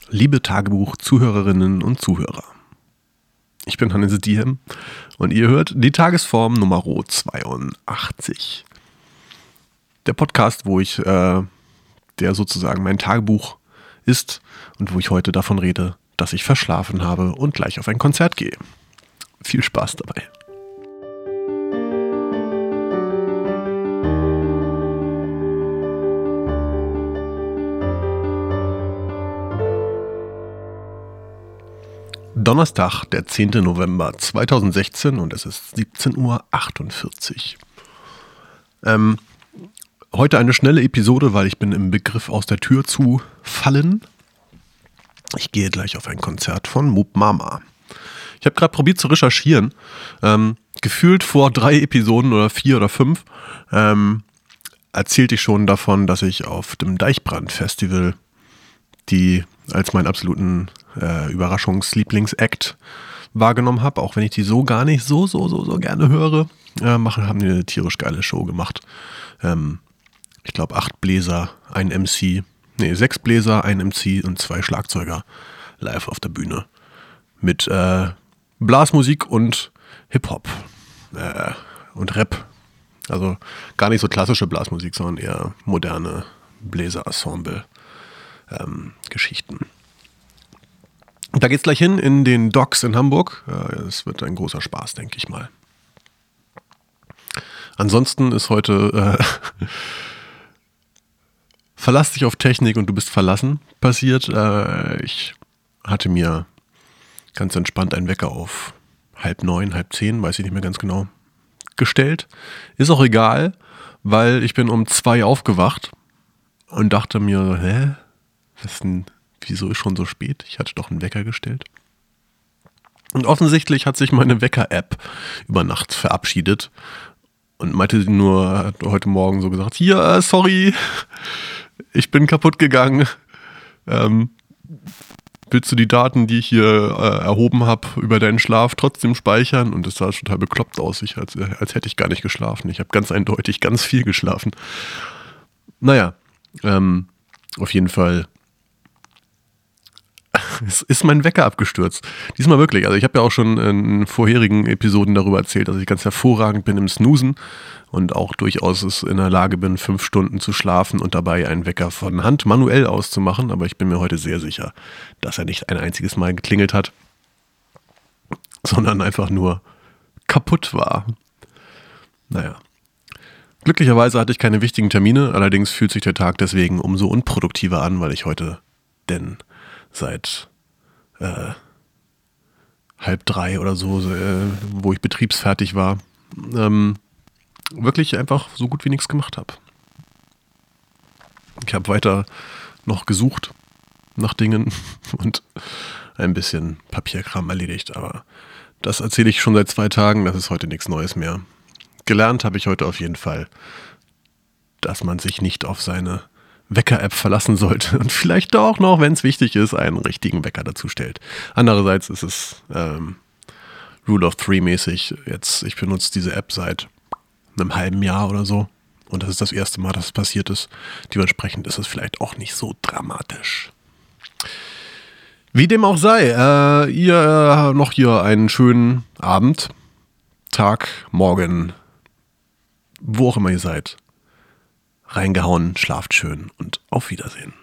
Liebe Tagebuch-Zuhörerinnen und Zuhörer, ich bin Hannes Diem und ihr hört die Tagesform Nummer 82. Der Podcast, wo ich, der sozusagen mein Tagebuch ist und wo ich heute davon rede, dass ich verschlafen habe und gleich auf ein Konzert gehe. Viel Spaß dabei. Donnerstag, der 10. November 2016 und es ist 17:48 Uhr. Heute eine schnelle Episode, weil ich bin im Begriff, aus der Tür zu fallen. Ich gehe gleich auf ein Konzert von Moop Mama. Ich habe gerade probiert zu recherchieren. Gefühlt vor 3 Episoden oder 4 oder 5 erzählte ich schon davon, dass ich auf dem Deichbrand-Festival die als meinen absoluten Überraschungs-Lieblings-Act wahrgenommen habe, auch wenn ich die so gar nicht so gerne höre. Haben die eine tierisch geile Show gemacht. Ich glaube 8 Bläser, 6 Bläser, 1 MC und 2 Schlagzeuger live auf der Bühne. Mit Blasmusik und Hip-Hop und Rap. Also gar nicht so klassische Blasmusik, sondern eher moderne Bläser-Ensemble Geschichten. Da geht's gleich hin in den Docks in Hamburg. Es wird ein großer Spaß, denke ich mal. Ansonsten ist heute verlass dich auf Technik und du bist verlassen passiert. Ich hatte mir ganz entspannt einen Wecker auf 8:30, 9:30, weiß ich nicht mehr ganz genau, gestellt. Ist auch egal, weil ich bin um 2 aufgewacht und dachte mir, wieso ist schon so spät? Ich hatte doch einen Wecker gestellt. Und offensichtlich hat sich meine Wecker-App über Nacht verabschiedet und meinte nur heute Morgen so gesagt, hier, sorry, ich bin kaputt gegangen. Willst du die Daten, die ich hier erhoben habe, über deinen Schlaf trotzdem speichern? Und das sah total bekloppt aus, als hätte ich gar nicht geschlafen. Ich habe ganz eindeutig ganz viel geschlafen. Naja, auf jeden Fall es ist mein Wecker abgestürzt. Diesmal wirklich. Also ich habe ja auch schon in vorherigen Episoden darüber erzählt, dass ich ganz hervorragend bin im Snoozen und auch durchaus in der Lage bin, 5 Stunden zu schlafen und dabei einen Wecker von Hand manuell auszumachen. Aber ich bin mir heute sehr sicher, dass er nicht ein einziges Mal geklingelt hat, sondern einfach nur kaputt war. Naja. Glücklicherweise hatte ich keine wichtigen Termine, allerdings fühlt sich der Tag deswegen umso unproduktiver an, weil ich heute seit 2:30 oder so, wo ich betriebsfertig war, wirklich einfach so gut wie nichts gemacht habe. Ich habe weiter noch gesucht nach Dingen und ein bisschen Papierkram erledigt, aber das erzähle ich schon seit 2 Tagen, das ist heute nichts Neues mehr. Gelernt habe ich heute auf jeden Fall, dass man sich nicht auf seine Wecker-App verlassen sollte und vielleicht auch noch, wenn es wichtig ist, einen richtigen Wecker dazu stellt. Andererseits ist es Rule of 3 mäßig. Ich benutze diese App seit einem halben Jahr oder so und das ist das erste Mal, dass es passiert ist. Dementsprechend ist es vielleicht auch nicht so dramatisch. Wie dem auch sei, ihr noch hier einen schönen Abend, Tag, Morgen, wo auch immer ihr seid. Reingehauen, schlaft schön und auf Wiedersehen.